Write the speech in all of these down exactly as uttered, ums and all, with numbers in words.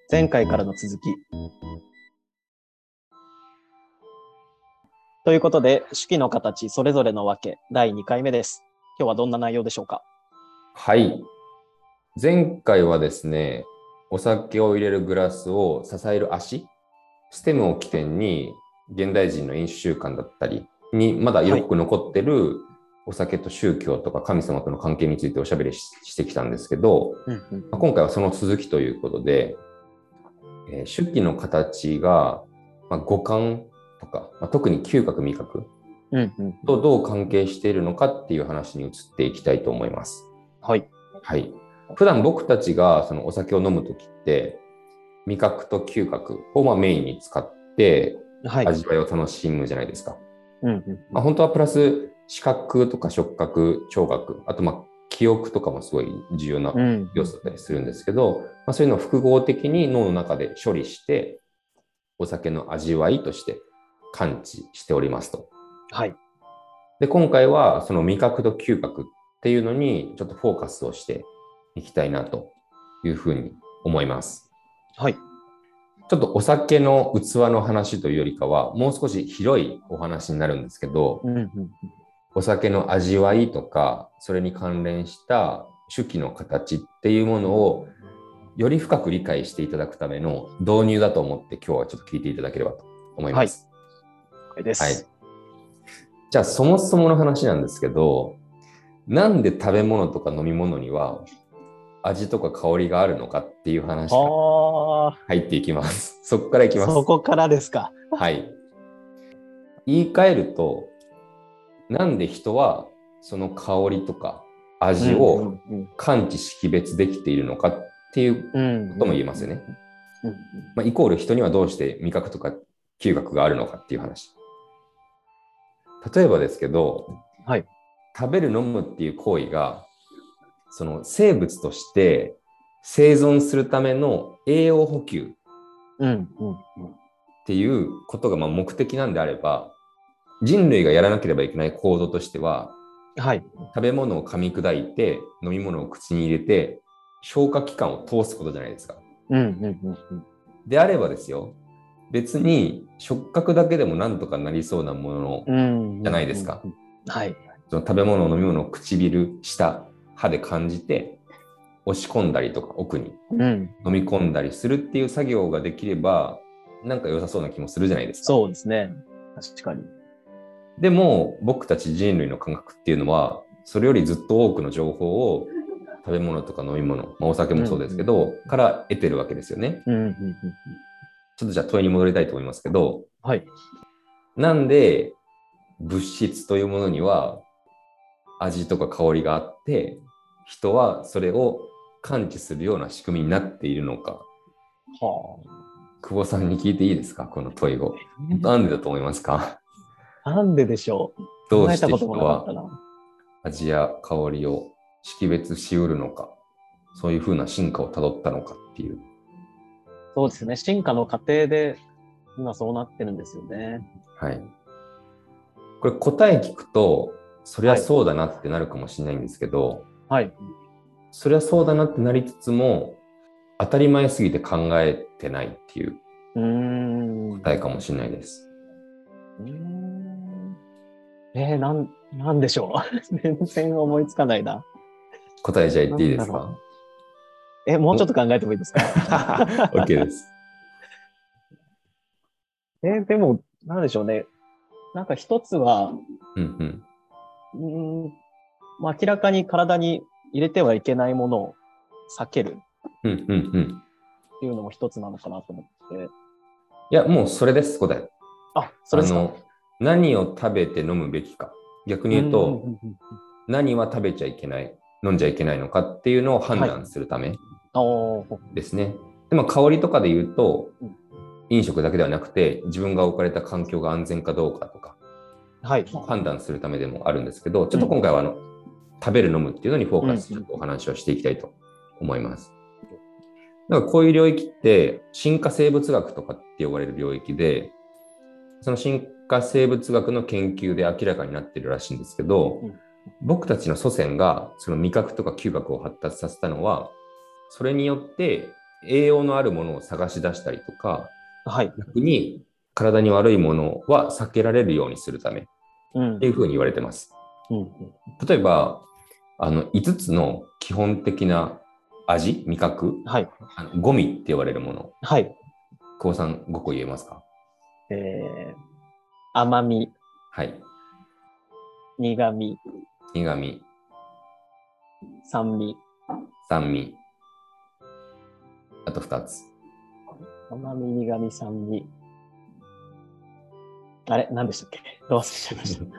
前回からの続き。ということで、手記の形それぞれのわけだいにかいめです。今日はどんな内容でしょうか？ はい。前回はですね、お酒を入れるグラスを支える足、ステムを起点に現代人の飲酒習慣だったりにまだ色濃く残ってるお酒と宗教とか神様との関係についておしゃべり し, してきたんですけど、 うんうん、 まあ、今回はその続きということで、えー、手記の形が、まあ、五感とか、まあ、特に嗅覚味覚とどう関係しているのかっていう話に移っていきたいと思います。 はい。 はい。普段僕たちがそのお酒を飲むときって味覚と嗅覚をまあメインに使って味わいを楽しむじゃないですか。はいうんうんまあ、本当はプラス視覚とか触覚、聴覚、あとまあ記憶とかもすごい重要な要素だったりするんですけど、うんまあ、そういうのを複合的に脳の中で処理してお酒の味わいとして感知しておりますと。 はい。 で、今回はその味覚と嗅覚っていうのにちょっとフォーカスをしていきたいなというふうに思います。 はい。 ちょっとお酒の器の話というよりかはもう少し広いお話になるんですけど、うんうん、お酒の味わいとかそれに関連した手記の形っていうものをより深く理解していただくための導入だと思って今日はちょっと聞いていただければと思います。 はい。です。 はい。じゃあそもそもの話なんですけど、なんで食べ物とか飲み物には味とか香りがあるのかっていう話が入っていきます。そこからいきます。 そこからですか。 はい。言い換えると、なんで人はその香りとか味を感知識別できているのかっていうことも言えますよね。まあ、イコール人にはどうして味覚とか嗅覚があるのかっていう話。例えばですけど、はい、食べる飲むっていう行為がその生物として生存するための栄養補給っていうことがまあ目的なんであれば、人類がやらなければいけない行動としては、はい、食べ物を噛み砕いて飲み物を口に入れて消化器官を通すことじゃないですか。うんうんうんうん、であればですよ、別に触覚だけでもなんとかなりそうなものじゃないですか。はい、その食べ物、飲み物を唇、舌、歯で感じて押し込んだりとか奥に飲み込んだりするっていう作業ができれば、なんか良さそうな気もするじゃないですか。 そうですね。確かに。 でも僕たち人類の感覚っていうのはそれよりずっと多くの情報を食べ物とか飲み物、まあ、お酒もそうですけど、うんうん、から得てるわけですよね。うんうんうん、ちょっとじゃあ問いに戻りたいと思いますけど、はい、なんで物質というものには味とか香りがあって人はそれを感知するような仕組みになっているのか。はあ、久保さんに聞いていいですか、この問いを。なんでだと思いますか？ なんででしょう。 どうして人は味や香りを識別しうるのか、そういうふうな進化をたどったのかっていう。 そうですね。進化の過程で今そうなってるんですよね。 はい。これ答え聞くと、そりゃそうだなってなるかもしれないんですけど、はい。そりゃそうだなってなりつつも、当たり前すぎて考えてないっていう答えかもしれないです。 うーんえー、なん、なんでしょう。全然思いつかないな。 答えじゃあ言っていいですか？ え、もうちょっと考えてもいいですか？ OK です。 えー、でも、なんでしょうね。なんか一つは、 うんうん、うんまあ、明らかに体に入れてはいけないものを避けるっていうのも一つなのかなと思って。 いや、もうそれです、答え。 あ、それですか。 あの、何を食べて飲むべきか。逆に言うと、何は食べちゃいけない、飲んじゃいけないのかっていうのを判断するためですね。はい、でも香りとかで言うと、飲食だけではなくて、自分が置かれた環境が安全かどうかとか、はい、判断するためでもあるんですけど、ちょっと今回はあの、うん、食べる、飲むっていうのにフォーカスしてお話をしていきたいと思います。だからこういう領域って進化生物学とかって呼ばれる領域で、その進化生物学の研究で明らかになっているらしいんですけど、うん、僕たちの祖先がその味覚とか嗅覚を発達させたのは、それによって栄養のあるものを探し出したりとか、 はい、 逆に体に悪いものは避けられるようにするためっていうふうに言われてます。うんうん、例えばあのいつつの基本的な味、味覚、はい、あのゴミって言われるもの、はい、久保さんごこ言えますか？ えー、甘み、 はい、 苦み、 苦み、 酸味、 酸味、あとふたつ。 甘み、苦み、酸味。あれ何でしたっけ？どう忘れちゃいました。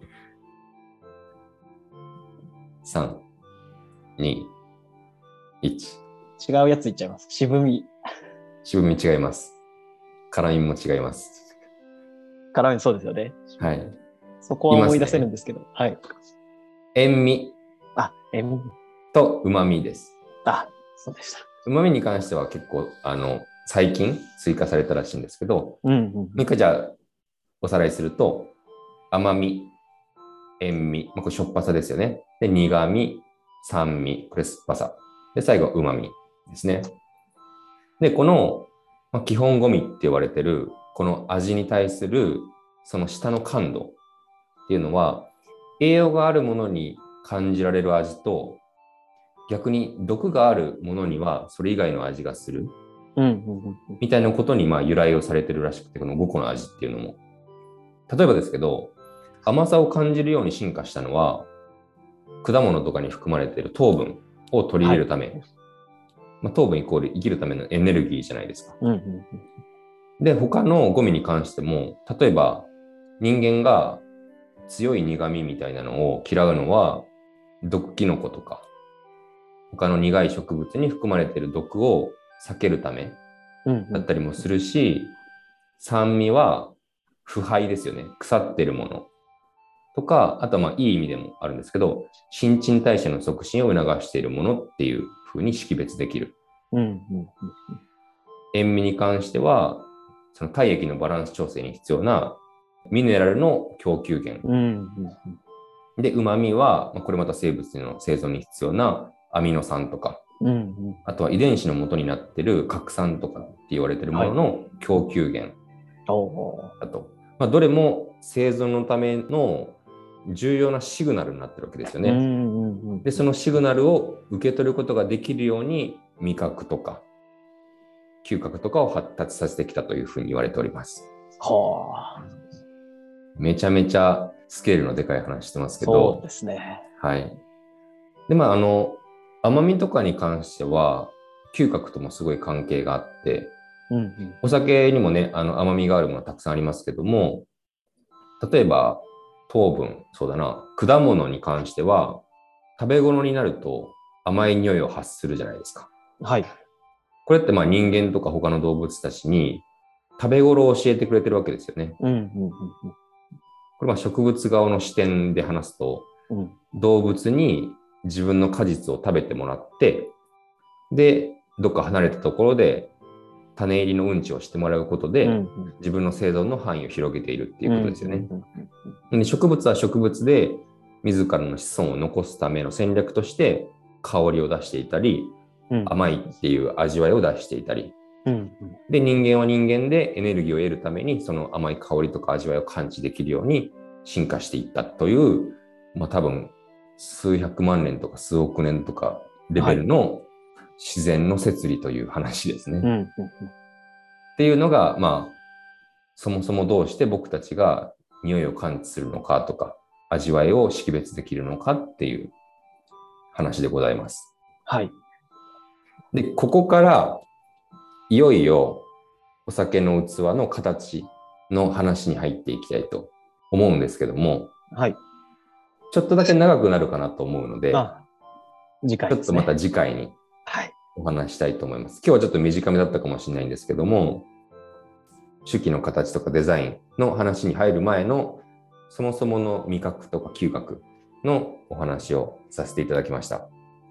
さん、に、いち。 違うやついっちゃいます。渋み。 渋み違います。辛みも違います。 辛みそうですよね。 はい。 そこは思い出せるんですけど。ね、はい。 塩味。 あ、塩味。 と旨味です。 あ、そうでした。 旨味に関しては結構、あの、最近追加されたらしいんですけど、 うんうん、もう一回じゃあ、おさらいすると、甘み、塩味、まあ、これしょっぱさですよね。で、苦味、酸味、これ酸っぱさ。で、最後、旨味ですね。で、この、まあ、基本ゴミって言われてる、この味に対する、その下の感度っていうのは、栄養があるものに感じられる味と、逆に毒があるものにはそれ以外の味がする、うんうんうん、みたいなことにまあ由来をされてるらしくて、このごこの味っていうのも。例えばですけど、甘さを感じるように進化したのは、果物とかに含まれている糖分を取り入れるため、はい、まあ、糖分イコール生きるためのエネルギーじゃないですか。うんうんうん、で、他のゴミに関しても、例えば人間が強い苦味みたいなのを嫌うのは、毒キノコとか、他の苦い植物に含まれている毒を避けるためだったりもするし、うんうん、酸味は腐敗ですよね。腐っているものとか、あとはまあいい意味でもあるんですけど、新陳代謝の促進を促しているものっていうふうに識別できる。うんうんうん、塩味に関しては、その体液のバランス調整に必要なミネラルの供給源。うんうんうん、で、旨味は、これまた生物の生存に必要なアミノ酸とか、うんうん、あとは遺伝子の元になっている核酸とかって言われているものの供給源、はい、あと、まあ、どれも生存のための重要なシグナルになってるわけですよね。うんうんうん、で、そのシグナルを受け取ることができるように味覚とか嗅覚とかを発達させてきたというふうに言われております。はあ、めちゃめちゃスケールのでかい話してますけど。 そうですね。 はい。で、まあ、あの、甘みとかに関しては、嗅覚ともすごい関係があって、うんうん、お酒にもね、あの甘みがあるものはたくさんありますけども、例えば糖分、そうだな、果物に関しては、食べ頃になると甘い匂いを発するじゃないですか。はい。これってまあ人間とか他の動物たちに食べ頃を教えてくれてるわけですよね。うんうんうんうん、これは植物側の視点で話すと、うん、動物に自分の果実を食べてもらって、で、どっか離れたところで種入りのうんちをしてもらうことで、うんうん、自分の生存の範囲を広げているっていうことですよね。うんうんうん、で、植物は植物で自らの子孫を残すための戦略として香りを出していたり、うん、甘いっていう味わいを出していたり、うんうん、で、人間は人間でエネルギーを得るためにその甘い香りとか味わいを感知できるように進化していったという、まあ多分数百万年とか数億年とかレベルの自然の摂理という話ですね。はい、うんうんうん、っていうのが、まあ、そもそもどうして僕たちが匂いを感知するのかとか、味わいを識別できるのかっていう話でございます。はい。で、ここからいよいよお酒の器の形の話に入っていきたいと思うんですけども、はい。ちょっとだけ長くなるかなと思うので、あ、次回ですね、ちょっとまた次回にお話したいと思います。はい、今日はちょっと短めだったかもしれないんですけども、手記の形とかデザインの話に入る前のそもそもの味覚とか嗅覚のお話をさせていただきました。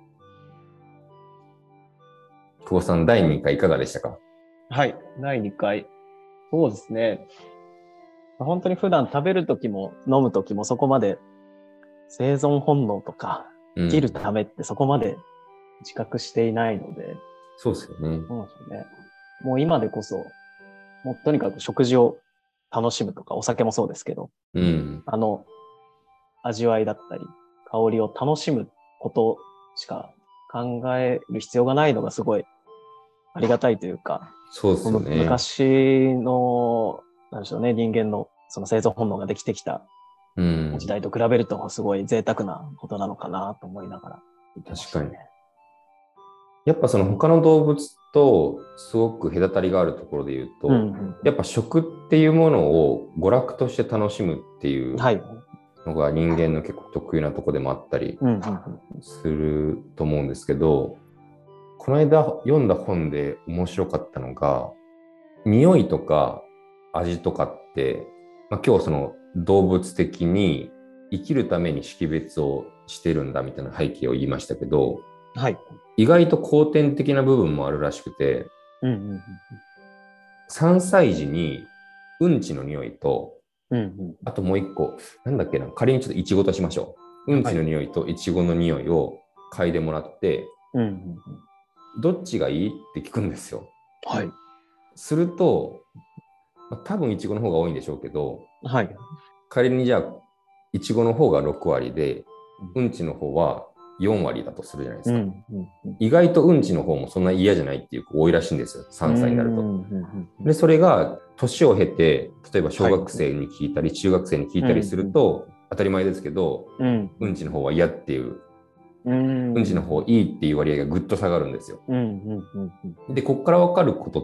久保さん、だいにかいいかがでしたか？ はい、だいにかい。そうですね。本当に普段食べるときも飲むときもそこまで生存本能とか生きるためってそこまで自覚していないので、 そうですよね。 そうですよね。もう今でこそ、もうとにかく食事を楽しむとか、お酒もそうですけど、 うん、 あの、味わいだったり、香りを楽しむことしか考える必要がないのがすごいありがたいというか、 そうですよね。 昔の、なんでしょうね、人間のその生存本能ができてきた時代と比べると、すごい贅沢なことなのかなと思いながら、ね。 確かに。やっぱその他の動物とすごく隔たりがあるところで言うと、うんうん、やっぱ食っていうものを娯楽として楽しむっていうのが人間の結構得意なところでもあったりすると思うんですけど、この間読んだ本で面白かったのが、匂いとか味とかって、まあ、今日その動物的に生きるために識別をしてるんだみたいな背景を言いましたけど、 はい、 意外と後天的な部分もあるらしくて、うんうんうん、さんさい児にうんちの匂いと、うんうん、あともう一個、なんだっけな、仮にちょっとイチゴとしましょう。うんちの匂いとイチゴの匂いを嗅いでもらって、はい、どっちがいいって聞くんですよ。はい。すると、まあ、多分イチゴの方が多いんでしょうけど、はい、仮にじゃあイチゴの方がろくわりで、うんちの方はよんわりだとするじゃないですか、うんうんうん、意外とうんちの方もそんな嫌じゃないっていう子多いらしいんですよ、さんさいになると、うんうんうん、でそれが年を経て、例えば小学生に聞いたり、はい、中学生に聞いたりすると、うんうん、当たり前ですけど、うん、うんちの方は嫌っていう、うん、うんちの方いいっていう割合がぐっと下がるんですよ、うんうんうんうん、でここから分かることって、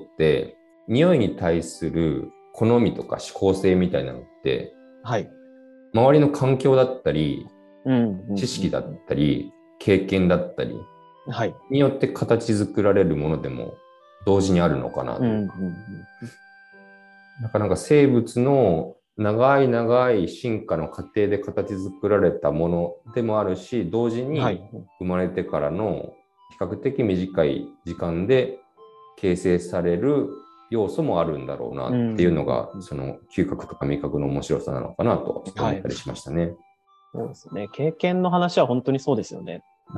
匂いに対する好みとか指向性みたいなのって、はい、周りの環境だったり、うんうんうん、知識だったり経験だったり、はい、によって形作られるものでも同時にあるのかなというか、うんうんうん、なかなか生物の長い長い進化の過程で形作られたものでもあるし、同時に生まれてからの比較的短い時間で形成される要素もあるんだろうなっていうのが、うん、その嗅覚とか味覚の面白さなのかなと思ったりしましたね。はい、 そうですね。経験の話は本当にそうですよね。うん、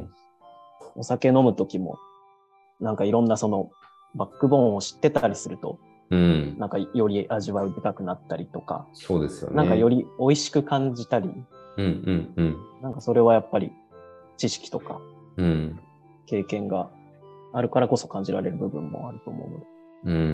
お酒飲むときも、なんかいろんなそのバックボーンを知ってたりすると、うん、なんかより味わい深くなったりとか、 そうですよね。 なんかより美味しく感じたり、うんうんうん、なんかそれはやっぱり知識とか、うん、経験があるからこそ感じられる部分もあると思うので。 うんうん、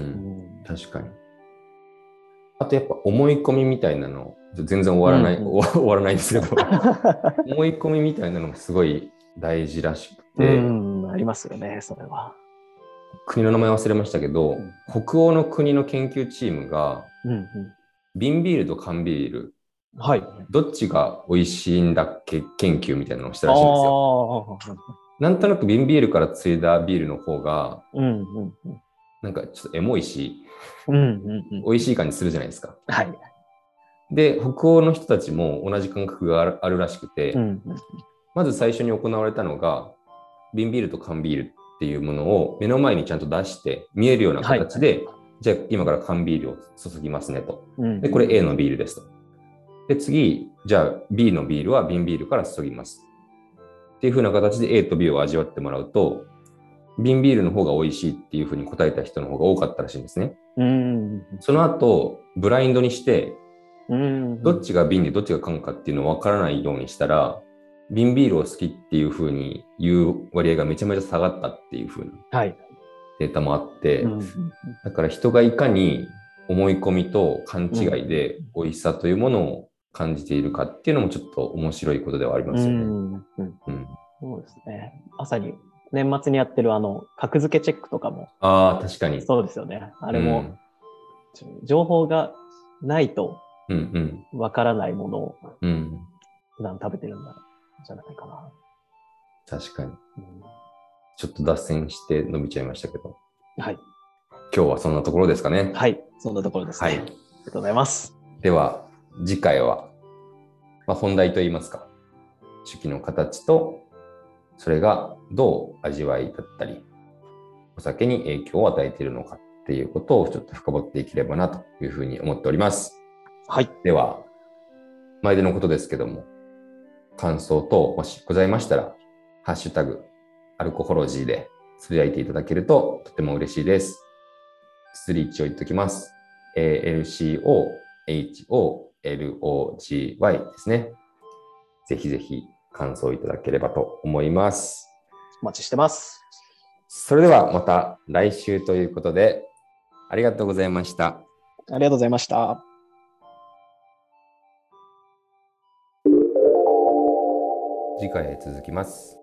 確かに。あとやっぱ思い込みみたいなの、全然終わらない、うんうん、終わらないんですけど、思い込みみたいなのもすごい大事らしくて、 うん、ありますよね、それは。 国の名前忘れましたけど、うん、北欧の国の研究チームが、うんうん、瓶ビールと缶ビール、はい、どっちが美味しいんだっけ研究みたいなのをしたらしいんですよ。なんとなく瓶ビールから継いだビールの方が、うんうんうん、なんかちょっとエモいし、うんうんうん、美味しい感じするじゃないですか。はい、で、北欧の人たちも同じ感覚がある、あるらしくて、うんうん、まず最初に行われたのが、瓶ビールと缶ビールっていうものを目の前にちゃんと出して見えるような形で、はい、じゃあ今から缶ビールを注ぎますねと。で、これ A のビールですと。で、次、じゃあ B のビールは瓶ビールから注ぎます。っていう風な形で A と B を味わってもらうと、瓶ビールの方が美味しいっていう風に答えた人の方が多かったらしいんですね。うんその後、ブラインドにして、どっちが瓶でどっちが缶かっていうのを分からないようにしたら、瓶ビールを好きっていう風に言う割合がめちゃめちゃ下がったっていう風なデータもあって、はい、だから人がいかに思い込みと勘違いで美味しさというものを感じているかっていうのもちょっと面白いことではありますよね。うんうんうん、そうですね。まさに年末にやってるあの格付けチェックとかも。 ああ、確かに。 そうですよね。あれも、うん、情報がないとわからないものを普段食べてるんだじゃないかな。 確かに、うん。ちょっと脱線して伸びちゃいましたけど。 はい。 今日はそんなところですかね。 はい。そんなところですね。はい。ありがとうございます。 では、次回は、まあ、本題といいますか、手記の形と、それがどう味わいだったり、お酒に影響を与えているのかっていうことをちょっと深掘っていければなというふうに思っております。 はい。 では、毎度のことですけども、感想等もしございましたら、ハッシュタグ、アルコホロジーでつぶやいていただけるととても嬉しいです。綴り一応言っときます。エーエルシーオーエイチオーエルオージーワイ ですね。ぜひぜひ感想いただければと思います。 お待ちしてます。 それではまた来週ということで、ありがとうございました。 ありがとうございました。 次回へ続きます。